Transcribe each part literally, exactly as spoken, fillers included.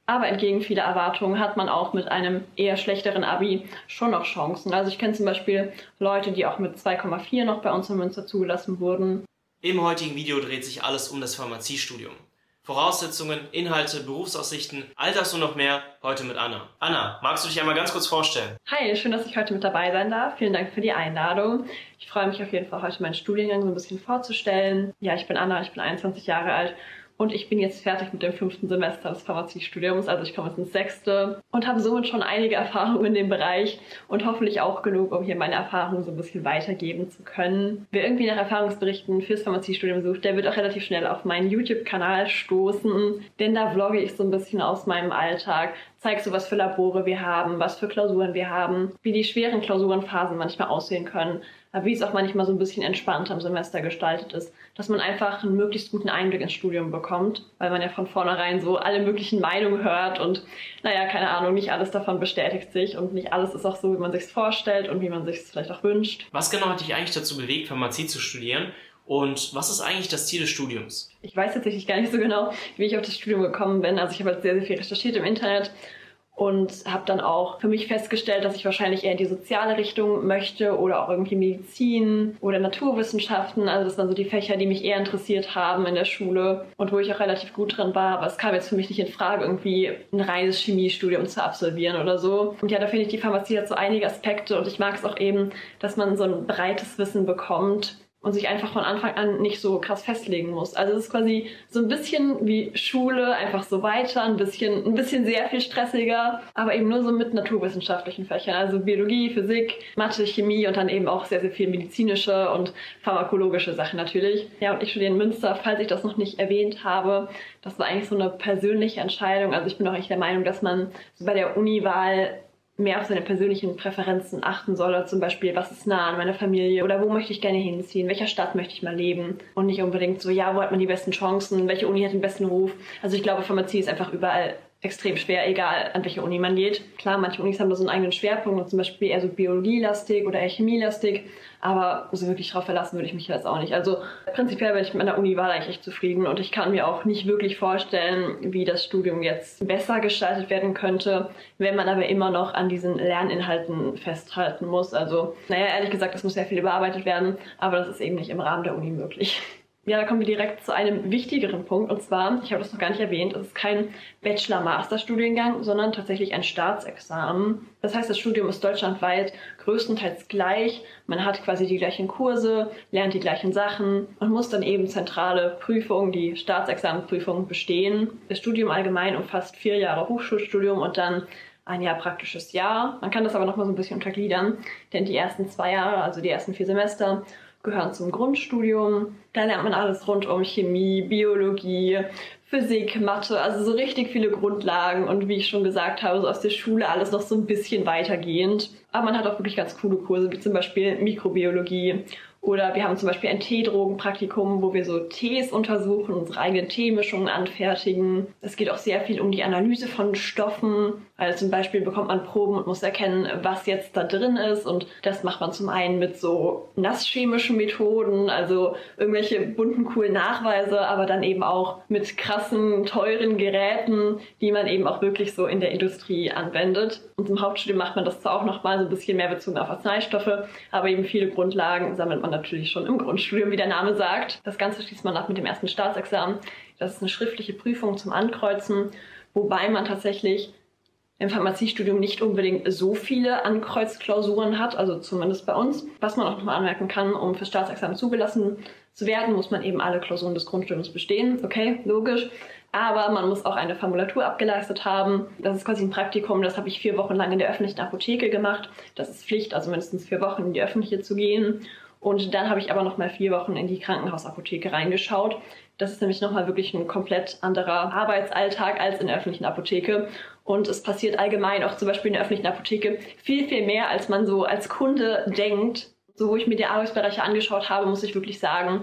Aber entgegen vieler Erwartungen hat man auch mit einem eher schlechteren Abi schon noch Chancen. Also ich kenne zum Beispiel Leute, die auch mit zwei Komma vier noch bei uns in Münster zugelassen wurden. Im heutigen Video dreht sich alles um das Pharmaziestudium. Voraussetzungen, Inhalte, Berufsaussichten, all das und noch mehr heute mit Anna. Anna, magst du dich einmal ganz kurz vorstellen? Hi, schön, dass ich heute mit dabei sein darf. Vielen Dank für die Einladung. Ich freue mich auf jeden Fall, heute meinen Studiengang so ein bisschen vorzustellen. Ja, ich bin Anna, ich bin einundzwanzig Jahre alt. Und ich bin jetzt fertig mit dem fünften Semester des Pharmaziestudiums, also ich komme jetzt ins sechste und habe somit schon einige Erfahrungen in dem Bereich und hoffentlich auch genug, um hier meine Erfahrungen so ein bisschen weitergeben zu können. Wer irgendwie nach Erfahrungsberichten fürs Pharmaziestudium sucht, der wird auch relativ schnell auf meinen YouTube-Kanal stoßen, denn da vlogge ich so ein bisschen aus meinem Alltag, zeige so, was für Labore wir haben, was für Klausuren wir haben, wie die schweren Klausurenphasen manchmal aussehen können, aber wie es auch manchmal so ein bisschen entspannter im Semester gestaltet ist, dass man einfach einen möglichst guten Einblick ins Studium bekommt, weil man ja von vornherein so alle möglichen Meinungen hört und naja, keine Ahnung, nicht alles davon bestätigt sich und nicht alles ist auch so, wie man sich's vorstellt und wie man sich's vielleicht auch wünscht. Was genau hat dich eigentlich dazu bewegt, Pharmazie zu studieren? Und was ist eigentlich das Ziel des Studiums? Ich weiß tatsächlich gar nicht so genau, wie ich auf das Studium gekommen bin. Also ich habe halt sehr, sehr viel recherchiert im Internet und habe dann auch für mich festgestellt, dass ich wahrscheinlich eher in die soziale Richtung möchte oder auch irgendwie Medizin oder Naturwissenschaften. Also das waren so die Fächer, die mich eher interessiert haben in der Schule und wo ich auch relativ gut drin war. Aber es kam jetzt für mich nicht in Frage, irgendwie ein reines Chemiestudium zu absolvieren oder so. Und ja, da finde ich, die Pharmazie hat so einige Aspekte und ich mag es auch eben, dass man so ein breites Wissen bekommt und sich einfach von Anfang an nicht so krass festlegen muss. Also es ist quasi so ein bisschen wie Schule, einfach so weiter, ein bisschen, ein bisschen sehr viel stressiger, aber eben nur so mit naturwissenschaftlichen Fächern, also Biologie, Physik, Mathe, Chemie und dann eben auch sehr, sehr viel medizinische und pharmakologische Sachen natürlich. Ja, und ich studiere in Münster, falls ich das noch nicht erwähnt habe. Das war eigentlich so eine persönliche Entscheidung. Also ich bin auch eigentlich der Meinung, dass man so bei der Uniwahl mehr auf seine persönlichen Präferenzen achten soll, oder zum Beispiel, was ist nah an meiner Familie oder wo möchte ich gerne hinziehen, in welcher Stadt möchte ich mal leben und nicht unbedingt so, ja, wo hat man die besten Chancen, welche Uni hat den besten Ruf. Also ich glaube, Pharmazie ist einfach überall extrem schwer, egal an welche Uni man geht. Klar, manche Unis haben da so einen eigenen Schwerpunkt, zum Beispiel eher so biologielastig oder eher chemielastig, aber so wirklich drauf verlassen würde ich mich jetzt auch nicht. Also prinzipiell bin ich mit meiner Uni-Wahl eigentlich echt zufrieden und ich kann mir auch nicht wirklich vorstellen, wie das Studium jetzt besser gestaltet werden könnte, wenn man aber immer noch an diesen Lerninhalten festhalten muss. Also, naja, ehrlich gesagt, es muss sehr viel überarbeitet werden, aber das ist eben nicht im Rahmen der Uni möglich. Ja, da kommen wir direkt zu einem wichtigeren Punkt und zwar, ich habe das noch gar nicht erwähnt, es ist kein Bachelor-Master-Studiengang, sondern tatsächlich ein Staatsexamen. Das heißt, das Studium ist deutschlandweit größtenteils gleich. Man hat quasi die gleichen Kurse, lernt die gleichen Sachen und muss dann eben zentrale Prüfungen, die Staatsexamenprüfung bestehen. Das Studium allgemein umfasst vier Jahre Hochschulstudium und dann ein Jahr praktisches Jahr. Man kann das aber noch mal so ein bisschen untergliedern, denn die ersten zwei Jahre, also die ersten vier Semester, gehören zum Grundstudium. Da lernt man alles rund um Chemie, Biologie, Physik, Mathe, also so richtig viele Grundlagen und wie ich schon gesagt habe, so aus der Schule alles noch so ein bisschen weitergehend. Aber man hat auch wirklich ganz coole Kurse, wie zum Beispiel Mikrobiologie. Oder wir haben zum Beispiel ein Teedrogenpraktikum, wo wir so Tees untersuchen, unsere eigenen Teemischungen anfertigen. Es geht auch sehr viel um die Analyse von Stoffen. Also zum Beispiel bekommt man Proben und muss erkennen, was jetzt da drin ist. Und das macht man zum einen mit so nasschemischen Methoden, also irgendwelche bunten, coolen Nachweise, aber dann eben auch mit krassen, teuren Geräten, die man eben auch wirklich so in der Industrie anwendet. Und im Hauptstudium macht man das zwar auch nochmal so ein bisschen mehr bezogen auf Arzneistoffe, aber eben viele Grundlagen sammelt man natürlich schon im Grundstudium, wie der Name sagt. Das Ganze schließt man ab mit dem ersten Staatsexamen. Das ist eine schriftliche Prüfung zum Ankreuzen, wobei man tatsächlich im Pharmaziestudium nicht unbedingt so viele Ankreuzklausuren hat, also zumindest bei uns. Was man auch nochmal anmerken kann, um fürs Staatsexamen zugelassen zu werden, muss man eben alle Klausuren des Grundstudiums bestehen. Okay, logisch. Aber man muss auch eine Formulatur abgeleistet haben. Das ist quasi ein Praktikum, das habe ich vier Wochen lang in der öffentlichen Apotheke gemacht. Das ist Pflicht, also mindestens vier Wochen in die öffentliche zu gehen. Und dann habe ich aber noch mal vier Wochen in die Krankenhausapotheke reingeschaut. Das ist nämlich nochmal wirklich ein komplett anderer Arbeitsalltag als in der öffentlichen Apotheke. Und es passiert allgemein auch zum Beispiel in der öffentlichen Apotheke viel, viel mehr, als man so als Kunde denkt. So, wo ich mir die Arbeitsbereiche angeschaut habe, muss ich wirklich sagen,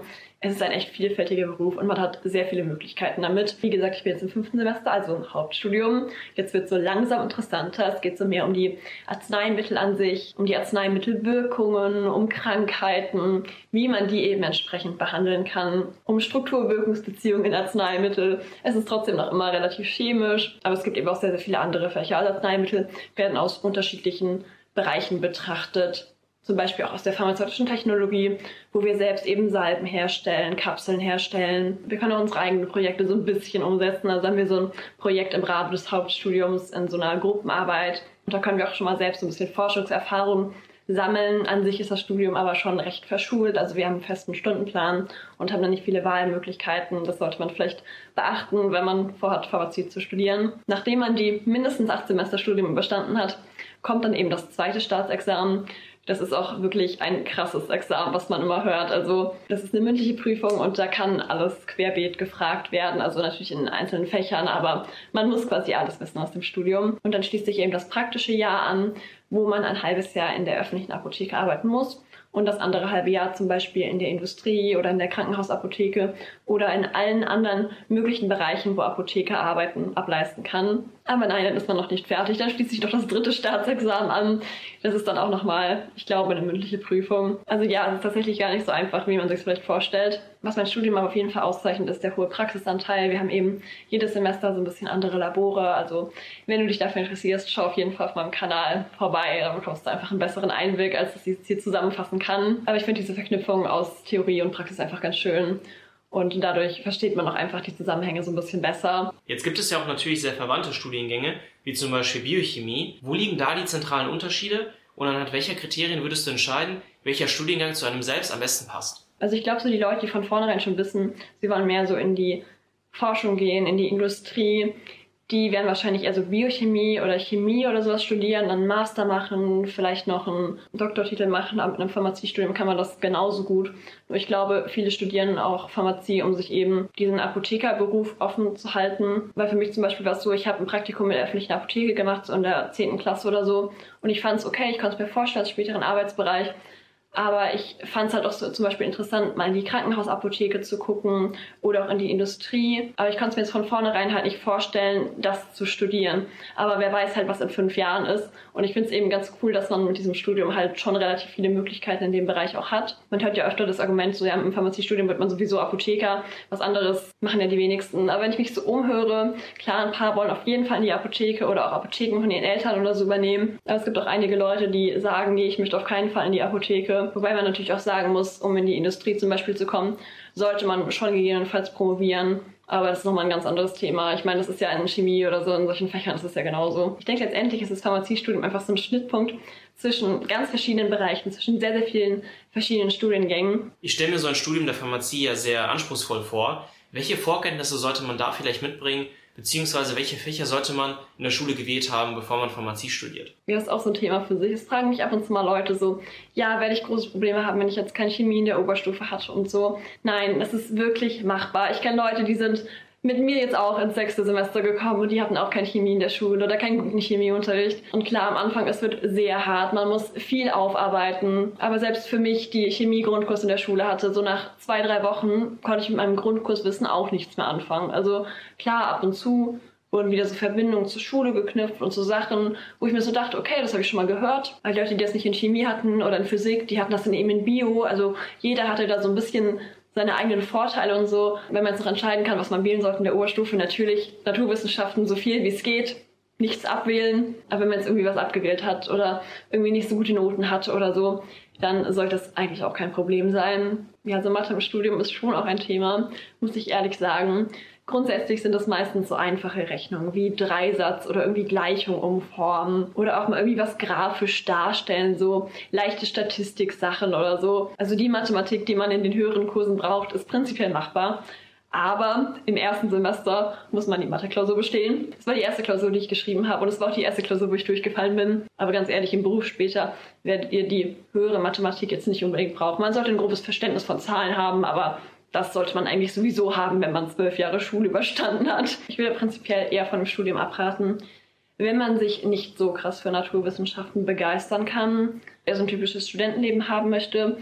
Es ist ein echt vielfältiger Beruf und man hat sehr viele Möglichkeiten damit. Wie gesagt, ich bin jetzt im fünften Semester, also im Hauptstudium. Jetzt wird es so langsam interessanter. Es geht so mehr um die Arzneimittel an sich, um die Arzneimittelwirkungen, um Krankheiten, wie man die eben entsprechend behandeln kann, um Strukturwirkungsbeziehungen in Arzneimittel. Es ist trotzdem noch immer relativ chemisch, aber es gibt eben auch sehr, sehr viele andere Fächer. Also Arzneimittel werden aus unterschiedlichen Bereichen betrachtet. Zum Beispiel auch aus der pharmazeutischen Technologie, wo wir selbst eben Salben herstellen, Kapseln herstellen. Wir können auch unsere eigenen Projekte so ein bisschen umsetzen. Also haben wir so ein Projekt im Rahmen des Hauptstudiums in so einer Gruppenarbeit. Und da können wir auch schon mal selbst so ein bisschen Forschungserfahrung sammeln. An sich ist das Studium aber schon recht verschult. Also wir haben einen festen Stundenplan und haben dann nicht viele Wahlmöglichkeiten. Das sollte man vielleicht beachten, wenn man vorhat, Pharmazie zu studieren. Nachdem man die mindestens acht Semester Studium überstanden hat, kommt dann eben das zweite Staatsexamen. Das ist auch wirklich ein krasses Examen, was man immer hört. Also das ist eine mündliche Prüfung und da kann alles querbeet gefragt werden. Also natürlich in einzelnen Fächern, aber man muss quasi alles wissen aus dem Studium. Und dann schließt sich eben das praktische Jahr an, wo man ein halbes Jahr in der öffentlichen Apotheke arbeiten muss und das andere halbe Jahr zum Beispiel in der Industrie oder in der Krankenhausapotheke oder in allen anderen möglichen Bereichen, wo Apotheker arbeiten, ableisten kann. Aber nein, dann ist man noch nicht fertig. Dann schließt sich doch das dritte Staatsexamen an. Das ist dann auch nochmal, ich glaube, eine mündliche Prüfung. Also ja, es ist tatsächlich gar nicht so einfach, wie man sich es vielleicht vorstellt. Was mein Studium aber auf jeden Fall auszeichnet, ist der hohe Praxisanteil. Wir haben eben jedes Semester so ein bisschen andere Labore. Also wenn du dich dafür interessierst, schau auf jeden Fall auf meinem Kanal vorbei. Da bekommst du einfach einen besseren Einblick, als dass ich es hier zusammenfassen kann. Aber ich finde diese Verknüpfung aus Theorie und Praxis einfach ganz schön. Und dadurch versteht man auch einfach die Zusammenhänge so ein bisschen besser. Jetzt gibt es ja auch natürlich sehr verwandte Studiengänge, wie zum Beispiel Biochemie. Wo liegen da die zentralen Unterschiede? Und anhand welcher Kriterien würdest du entscheiden, welcher Studiengang zu einem selbst am besten passt? Also ich glaube, so die Leute, die von vornherein schon wissen, sie wollen mehr so in die Forschung gehen, in die Industrie, die werden wahrscheinlich eher so Biochemie oder Chemie oder sowas studieren, dann einen Master machen, vielleicht noch einen Doktortitel machen, aber mit einem Pharmaziestudium kann man das genauso gut. Nur ich glaube, viele studieren auch Pharmazie, um sich eben diesen Apothekerberuf offen zu halten. Weil für mich zum Beispiel war es so, ich habe ein Praktikum in der öffentlichen Apotheke gemacht, so in der zehnten Klasse oder so. Und ich fand es okay, ich konnte es mir vorstellen als späteren Arbeitsbereich. Aber ich fand es halt auch so zum Beispiel interessant, mal in die Krankenhausapotheke zu gucken oder auch in die Industrie. Aber ich konnte es mir jetzt von vornherein halt nicht vorstellen, das zu studieren. Aber wer weiß halt, was in fünf Jahren ist. Und ich finde es eben ganz cool, dass man mit diesem Studium halt schon relativ viele Möglichkeiten in dem Bereich auch hat. Man hört ja öfter das Argument, so ja, im Pharmaziestudium wird man sowieso Apotheker. Was anderes machen ja die wenigsten. Aber wenn ich mich so umhöre, klar, ein paar wollen auf jeden Fall in die Apotheke oder auch Apotheken von ihren Eltern oder so übernehmen. Aber es gibt auch einige Leute, die sagen, nee, ich möchte auf keinen Fall in die Apotheke. Wobei man natürlich auch sagen muss, um in die Industrie zum Beispiel zu kommen, sollte man schon gegebenenfalls promovieren. Aber das ist nochmal ein ganz anderes Thema. Ich meine, das ist ja in Chemie oder so, in solchen Fächern ist es ja genauso. Ich denke, letztendlich ist das Pharmaziestudium einfach so ein Schnittpunkt zwischen ganz verschiedenen Bereichen, zwischen sehr, sehr vielen verschiedenen Studiengängen. Ich stelle mir so ein Studium der Pharmazie ja sehr anspruchsvoll vor. Welche Vorkenntnisse sollte man da vielleicht mitbringen? Beziehungsweise welche Fächer sollte man in der Schule gewählt haben, bevor man Pharmazie studiert? Ja, das ist auch so ein Thema für sich. Es fragen mich ab und zu mal Leute so, ja, werde ich große Probleme haben, wenn ich jetzt keine Chemie in der Oberstufe hatte und so. Nein, das ist wirklich machbar. Ich kenne Leute, die sind mit mir jetzt auch ins sechste Semester gekommen und die hatten auch keine Chemie in der Schule oder keinen guten Chemieunterricht. Und klar, am Anfang, es wird sehr hart, man muss viel aufarbeiten. Aber selbst für mich, die Chemie-Grundkurs in der Schule hatte, so nach zwei, drei Wochen konnte ich mit meinem Grundkurswissen auch nichts mehr anfangen. Also klar, ab und zu wurden wieder so Verbindungen zur Schule geknüpft und so Sachen, wo ich mir so dachte, okay, das habe ich schon mal gehört. Weil die Leute, die das nicht in Chemie hatten oder in Physik, die hatten das dann eben in Bio. Also jeder hatte da so ein bisschen seine eigenen Vorteile und so. Wenn man jetzt noch entscheiden kann, was man wählen sollte in der Oberstufe, natürlich Naturwissenschaften so viel wie es geht, nichts abwählen. Aber wenn man jetzt irgendwie was abgewählt hat oder irgendwie nicht so gute Noten hat oder so, dann sollte das eigentlich auch kein Problem sein. Ja, so Mathe im Studium ist schon auch ein Thema, muss ich ehrlich sagen. Grundsätzlich sind das meistens so einfache Rechnungen wie Dreisatz oder irgendwie Gleichung umformen oder auch mal irgendwie was grafisch darstellen, so leichte Statistiksachen oder so. Also die Mathematik, die man in den höheren Kursen braucht, ist prinzipiell machbar. Aber im ersten Semester muss man die Mathe-Klausur bestehen. Das war die erste Klausur, die ich geschrieben habe und es war auch die erste Klausur, wo ich durchgefallen bin. Aber ganz ehrlich, im Beruf später werdet ihr die höhere Mathematik jetzt nicht unbedingt brauchen. Man sollte ein grobes Verständnis von Zahlen haben, aber das sollte man eigentlich sowieso haben, wenn man zwölf Jahre Schule überstanden hat. Ich würde prinzipiell eher von dem Studium abraten, wenn man sich nicht so krass für Naturwissenschaften begeistern kann, eher so ein typisches Studentenleben haben möchte,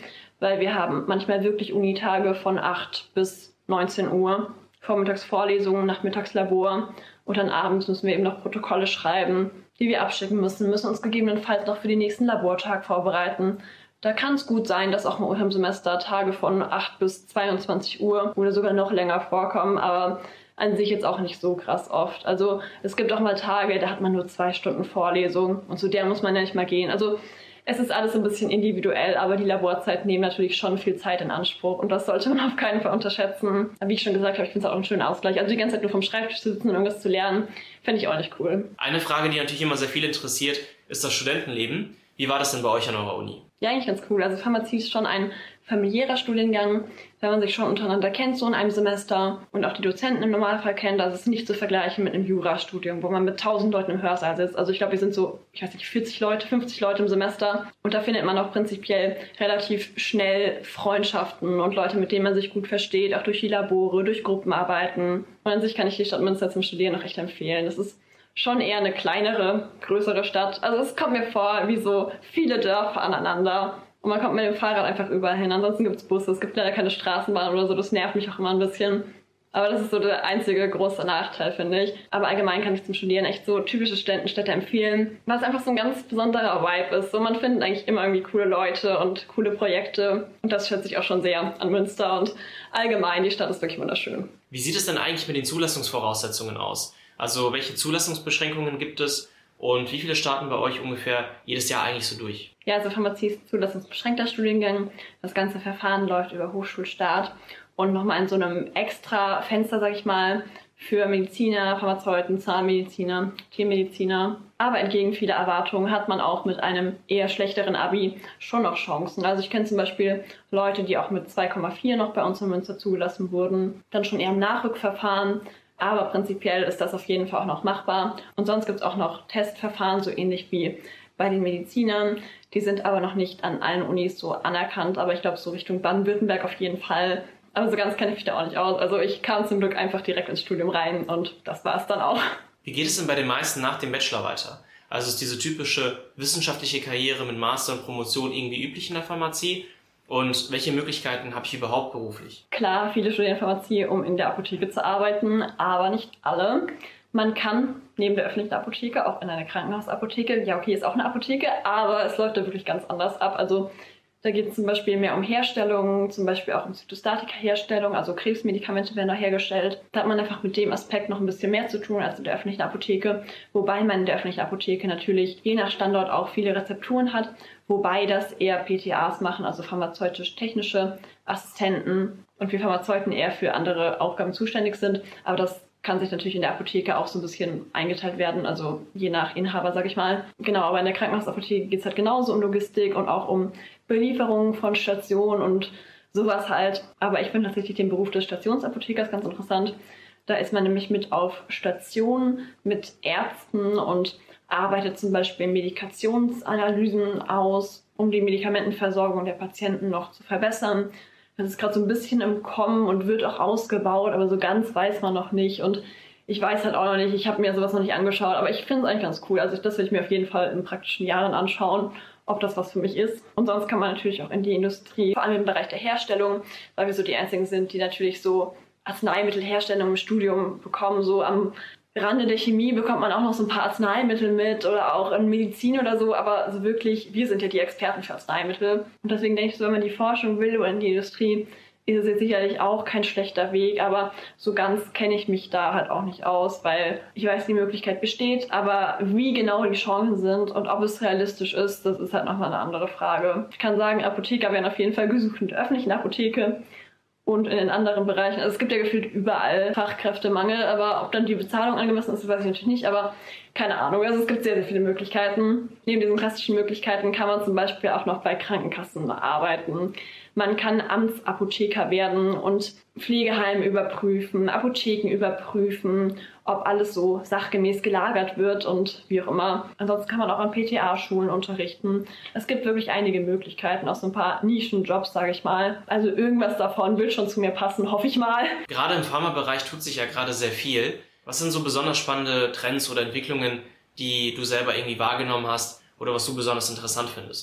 weil wir haben manchmal wirklich Unitage von acht bis neunzehn Uhr, vormittags Vorlesungen, nachmittags Labor und dann abends müssen wir eben noch Protokolle schreiben, die wir abschicken müssen, müssen uns gegebenenfalls noch für den nächsten Labortag vorbereiten. Da kann es gut sein, dass auch mal unter dem Semester Tage von acht bis zweiundzwanzig Uhr oder sogar noch länger vorkommen, aber an sich jetzt auch nicht so krass oft. Also es gibt auch mal Tage, da hat man nur zwei Stunden Vorlesung und zu der muss man ja nicht mal gehen. Also es ist alles ein bisschen individuell, aber die Laborzeiten nehmen natürlich schon viel Zeit in Anspruch und das sollte man auf keinen Fall unterschätzen. Aber wie ich schon gesagt habe, ich finde es auch einen schönen Ausgleich. Also die ganze Zeit nur vom Schreibtisch zu sitzen und irgendwas zu lernen, fände ich auch nicht cool. Eine Frage, die natürlich immer sehr viel interessiert, ist das Studentenleben. Wie war das denn bei euch an eurer Uni? Ja, eigentlich ganz cool. Also Pharmazie ist schon ein familiärer Studiengang, wenn man sich schon untereinander kennt, so in einem Semester und auch die Dozenten im Normalfall kennt. Also es ist nicht zu vergleichen mit einem Jurastudium, wo man mit tausend Leuten im Hörsaal sitzt. Also ich glaube, wir sind so, ich weiß nicht, vierzig Leute, fünfzig Leute im Semester und da findet man auch prinzipiell relativ schnell Freundschaften und Leute, mit denen man sich gut versteht, auch durch die Labore, durch Gruppenarbeiten. Und an sich kann ich die Stadt Münster zum Studieren auch echt empfehlen. Das ist schon eher eine kleinere, größere Stadt. Also es kommt mir vor wie so viele Dörfer aneinander. Und man kommt mit dem Fahrrad einfach überall hin. Ansonsten gibt es Busse, es gibt leider keine Straßenbahn oder so. Das nervt mich auch immer ein bisschen. Aber das ist so der einzige große Nachteil, finde ich. Aber allgemein kann ich zum Studieren echt so typische Studentenstädte empfehlen, weil es einfach so ein ganz besonderer Vibe ist. So, man findet eigentlich immer irgendwie coole Leute und coole Projekte. Und das schätze ich auch schon sehr an Münster. Und allgemein, die Stadt ist wirklich wunderschön. Wie sieht es denn eigentlich mit den Zulassungsvoraussetzungen aus? Also welche Zulassungsbeschränkungen gibt es und wie viele starten bei euch ungefähr jedes Jahr eigentlich so durch? Ja, also Pharmazie ist ein zulassungsbeschränkter Studiengang. Das ganze Verfahren läuft über Hochschulstart und nochmal in so einem extra Fenster, sag ich mal, für Mediziner, Pharmazeuten, Zahnmediziner, Tiermediziner. Aber entgegen vieler Erwartungen hat man auch mit einem eher schlechteren Abi schon noch Chancen. Also ich kenne zum Beispiel Leute, die auch mit zwei Komma vier noch bei uns in Münster zugelassen wurden, dann schon eher im Nachrückverfahren. Aber prinzipiell ist das auf jeden Fall auch noch machbar. Und sonst gibt es auch noch Testverfahren, so ähnlich wie bei den Medizinern. Die sind aber noch nicht an allen Unis so anerkannt. Aber ich glaube, so Richtung Baden-Württemberg auf jeden Fall. Aber so ganz kenne ich mich da auch nicht aus. Also ich kam zum Glück einfach direkt ins Studium rein und das war es dann auch. Wie geht es denn bei den meisten nach dem Bachelor weiter? Also ist diese typische wissenschaftliche Karriere mit Master und Promotion irgendwie üblich in der Pharmazie? Und welche Möglichkeiten habe ich überhaupt beruflich? Klar, viele studieren Pharmazie, um in der Apotheke zu arbeiten, aber nicht alle. Man kann neben der öffentlichen Apotheke auch in einer Krankenhausapotheke, ja okay, ist auch eine Apotheke, aber es läuft da wirklich ganz anders ab. Also da geht es zum Beispiel mehr um Herstellung, zum Beispiel auch um Zytostatika-Herstellung, also Krebsmedikamente werden da hergestellt. Da hat man einfach mit dem Aspekt noch ein bisschen mehr zu tun als in der öffentlichen Apotheke, wobei man in der öffentlichen Apotheke natürlich je nach Standort auch viele Rezepturen hat, wobei das eher P T As machen, also pharmazeutisch-technische Assistenten und wir Pharmazeuten eher für andere Aufgaben zuständig sind, aber das kann sich natürlich in der Apotheke auch so ein bisschen eingeteilt werden, also je nach Inhaber, sag ich mal. Genau, aber in der Krankenhausapotheke geht es halt genauso um Logistik und auch um Belieferung von Stationen und sowas halt. Aber ich finde tatsächlich den Beruf des Stationsapothekers ganz interessant. Da ist man nämlich mit auf Station mit Ärzten und arbeitet zum Beispiel Medikationsanalysen aus, um die Medikamentenversorgung der Patienten noch zu verbessern. Das ist gerade so ein bisschen im Kommen und wird auch ausgebaut, aber so ganz weiß man noch nicht. Und ich weiß halt auch noch nicht, ich habe mir sowas noch nicht angeschaut, aber ich finde es eigentlich ganz cool. Also das will ich mir auf jeden Fall in praktischen Jahren anschauen, ob das was für mich ist. Und sonst kann man natürlich auch in die Industrie, vor allem im Bereich der Herstellung, weil wir so die Einzigen sind, die natürlich so Arzneimittelherstellung im Studium bekommen. So am Rande der Chemie bekommt man auch noch so ein paar Arzneimittel mit oder auch in Medizin oder so, aber so wirklich, wir sind ja die Experten für Arzneimittel. Und deswegen denke ich so, wenn man in die Forschung will oder in die Industrie, ist es jetzt sicherlich auch kein schlechter Weg, aber so ganz kenne ich mich da halt auch nicht aus, weil ich weiß, die Möglichkeit besteht, aber wie genau die Chancen sind und ob es realistisch ist, das ist halt nochmal eine andere Frage. Ich kann sagen, Apotheker werden auf jeden Fall gesucht in der öffentlichen Apotheke und in den anderen Bereichen. Also es gibt ja gefühlt überall Fachkräftemangel, aber ob dann die Bezahlung angemessen ist, das weiß ich natürlich nicht, aber keine Ahnung. Also es gibt sehr, sehr viele Möglichkeiten. Neben diesen klassischen Möglichkeiten kann man zum Beispiel auch noch bei Krankenkassen arbeiten. Man kann Amtsapotheker werden und Pflegeheime überprüfen, Apotheken überprüfen, ob alles so sachgemäß gelagert wird und wie auch immer. Ansonsten kann man auch an P T A-Schulen unterrichten. Es gibt wirklich einige Möglichkeiten, auch so ein paar Nischenjobs, sage ich mal. Also irgendwas davon wird schon zu mir passen, hoffe ich mal. Gerade im Pharmabereich tut sich ja gerade sehr viel. Was sind so besonders spannende Trends oder Entwicklungen, die du selber irgendwie wahrgenommen hast oder was du besonders interessant findest?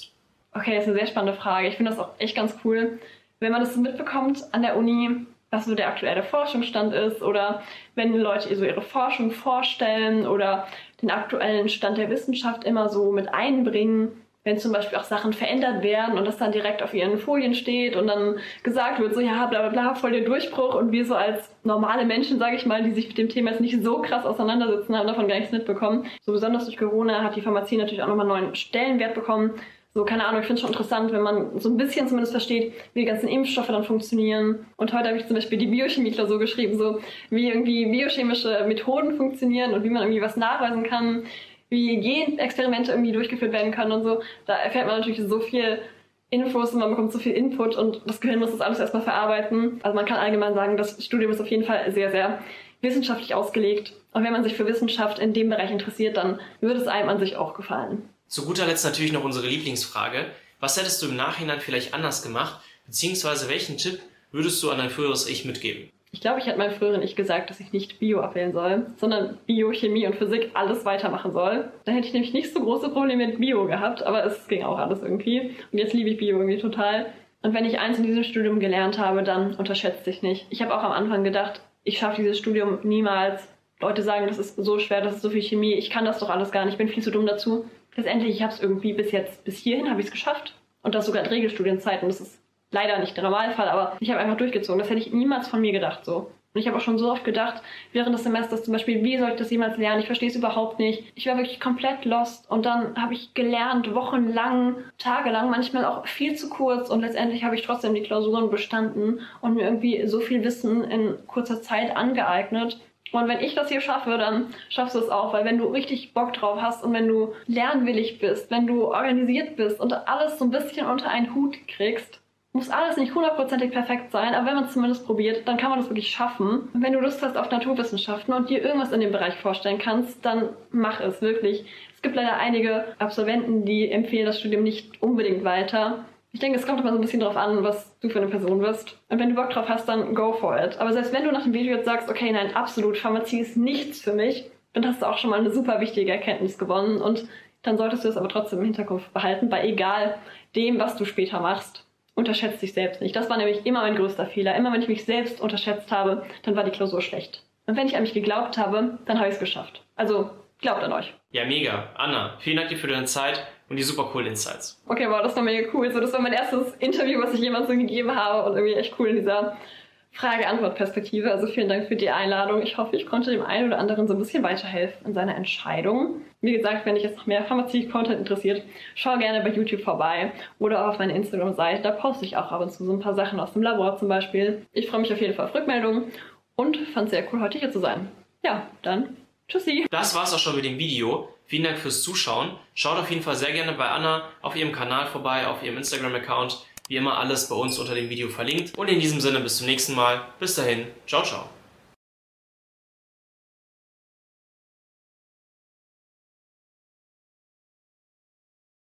Okay, das ist eine sehr spannende Frage. Ich finde das auch echt ganz cool, wenn man das so mitbekommt an der Uni, was so der aktuelle Forschungsstand ist oder wenn Leute so ihre Forschung vorstellen oder den aktuellen Stand der Wissenschaft immer so mit einbringen, wenn zum Beispiel auch Sachen verändert werden und das dann direkt auf ihren Folien steht und dann gesagt wird, so ja, bla bla bla, voll der Durchbruch und wir so als normale Menschen, sage ich mal, die sich mit dem Thema jetzt nicht so krass auseinandersetzen, haben davon gar nichts mitbekommen. So besonders durch Corona hat die Pharmazie natürlich auch nochmal einen neuen Stellenwert bekommen. So, keine Ahnung, ich finde es schon interessant, wenn man so ein bisschen zumindest versteht, wie die ganzen Impfstoffe dann funktionieren. Und heute habe ich zum Beispiel die Biochemie-Klausur geschrieben, so wie irgendwie biochemische Methoden funktionieren und wie man irgendwie was nachweisen kann, wie Genexperimente irgendwie durchgeführt werden können und so. Da erfährt man natürlich so viel Infos und man bekommt so viel Input und das Gehirn muss das alles erstmal verarbeiten. Also man kann allgemein sagen, das Studium ist auf jeden Fall sehr, sehr wissenschaftlich ausgelegt. Und wenn man sich für Wissenschaft in dem Bereich interessiert, dann würde es einem an sich auch gefallen. Zu guter Letzt natürlich noch unsere Lieblingsfrage. Was hättest du im Nachhinein vielleicht anders gemacht, beziehungsweise welchen Tipp würdest du an dein früheres Ich mitgeben? Ich glaube, ich hätte meinem früheren Ich gesagt, dass ich nicht Bio abwählen soll, sondern Bio, Chemie und Physik alles weitermachen soll. Dann hätte ich nämlich nicht so große Probleme mit Bio gehabt, aber es ging auch alles irgendwie. Und jetzt liebe ich Bio irgendwie total. Und wenn ich eins in diesem Studium gelernt habe, dann unterschätzt dich nicht. Ich habe auch am Anfang gedacht, ich schaffe dieses Studium niemals. Leute sagen, das ist so schwer, das ist so viel Chemie, ich kann das doch alles gar nicht, ich bin viel zu dumm dazu. Letztendlich, ich habe es irgendwie bis jetzt, bis hierhin habe ich es geschafft. Und das sogar in Regelstudienzeiten. Das ist leider nicht der Normalfall, aber ich habe einfach durchgezogen. Das hätte ich niemals von mir gedacht so. Und ich habe auch schon so oft gedacht, während des Semesters zum Beispiel, wie soll ich das jemals lernen? Ich verstehe es überhaupt nicht. Ich war wirklich komplett lost. Und dann habe ich gelernt, wochenlang, tagelang, manchmal auch viel zu kurz. Und letztendlich habe ich trotzdem die Klausuren bestanden und mir irgendwie so viel Wissen in kurzer Zeit angeeignet. Und wenn ich das hier schaffe, dann schaffst du es auch, weil wenn du richtig Bock drauf hast und wenn du lernwillig bist, wenn du organisiert bist und alles so ein bisschen unter einen Hut kriegst, muss alles nicht hundertprozentig perfekt sein, aber wenn man es zumindest probiert, dann kann man das wirklich schaffen. Und wenn du Lust hast auf Naturwissenschaften und dir irgendwas in dem Bereich vorstellen kannst, dann mach es wirklich. Es gibt leider einige Absolventen, die empfehlen das Studium nicht unbedingt weiter. Ich denke, es kommt immer so ein bisschen drauf an, was du für eine Person bist. Und wenn du Bock drauf hast, dann go for it. Aber selbst wenn du nach dem Video jetzt sagst, okay, nein, absolut, Pharmazie ist nichts für mich, dann hast du auch schon mal eine super wichtige Erkenntnis gewonnen. Und dann solltest du es aber trotzdem im Hinterkopf behalten, bei egal dem, was du später machst. Unterschätzt dich selbst nicht. Das war nämlich immer mein größter Fehler. Immer wenn ich mich selbst unterschätzt habe, dann war die Klausur schlecht. Und wenn ich an mich geglaubt habe, dann habe ich es geschafft. Also, glaubt an euch. Ja, mega. Anna, vielen Dank dir für deine Zeit und die super coolen Insights. Okay, wow, das war mega cool. So, das war mein erstes Interview, was ich jemals so gegeben habe und irgendwie echt cool in dieser Frage-Antwort-Perspektive. Also vielen Dank für die Einladung. Ich hoffe, ich konnte dem einen oder anderen so ein bisschen weiterhelfen in seiner Entscheidung. Wie gesagt, wenn dich jetzt noch mehr Pharmazie-Content interessiert, schau gerne bei YouTube vorbei oder auch auf meine Instagram-Seite. Da poste ich auch ab und zu so ein paar Sachen aus dem Labor zum Beispiel. Ich freue mich auf jeden Fall auf Rückmeldungen und fand es sehr cool, heute hier zu sein. Ja, dann tschüssi. Das war's auch schon mit dem Video. Vielen Dank fürs Zuschauen. Schaut auf jeden Fall sehr gerne bei Anna auf ihrem Kanal vorbei, auf ihrem Instagram-Account. Wie immer alles bei uns unter dem Video verlinkt. Und in diesem Sinne bis zum nächsten Mal. Bis dahin. Ciao, ciao.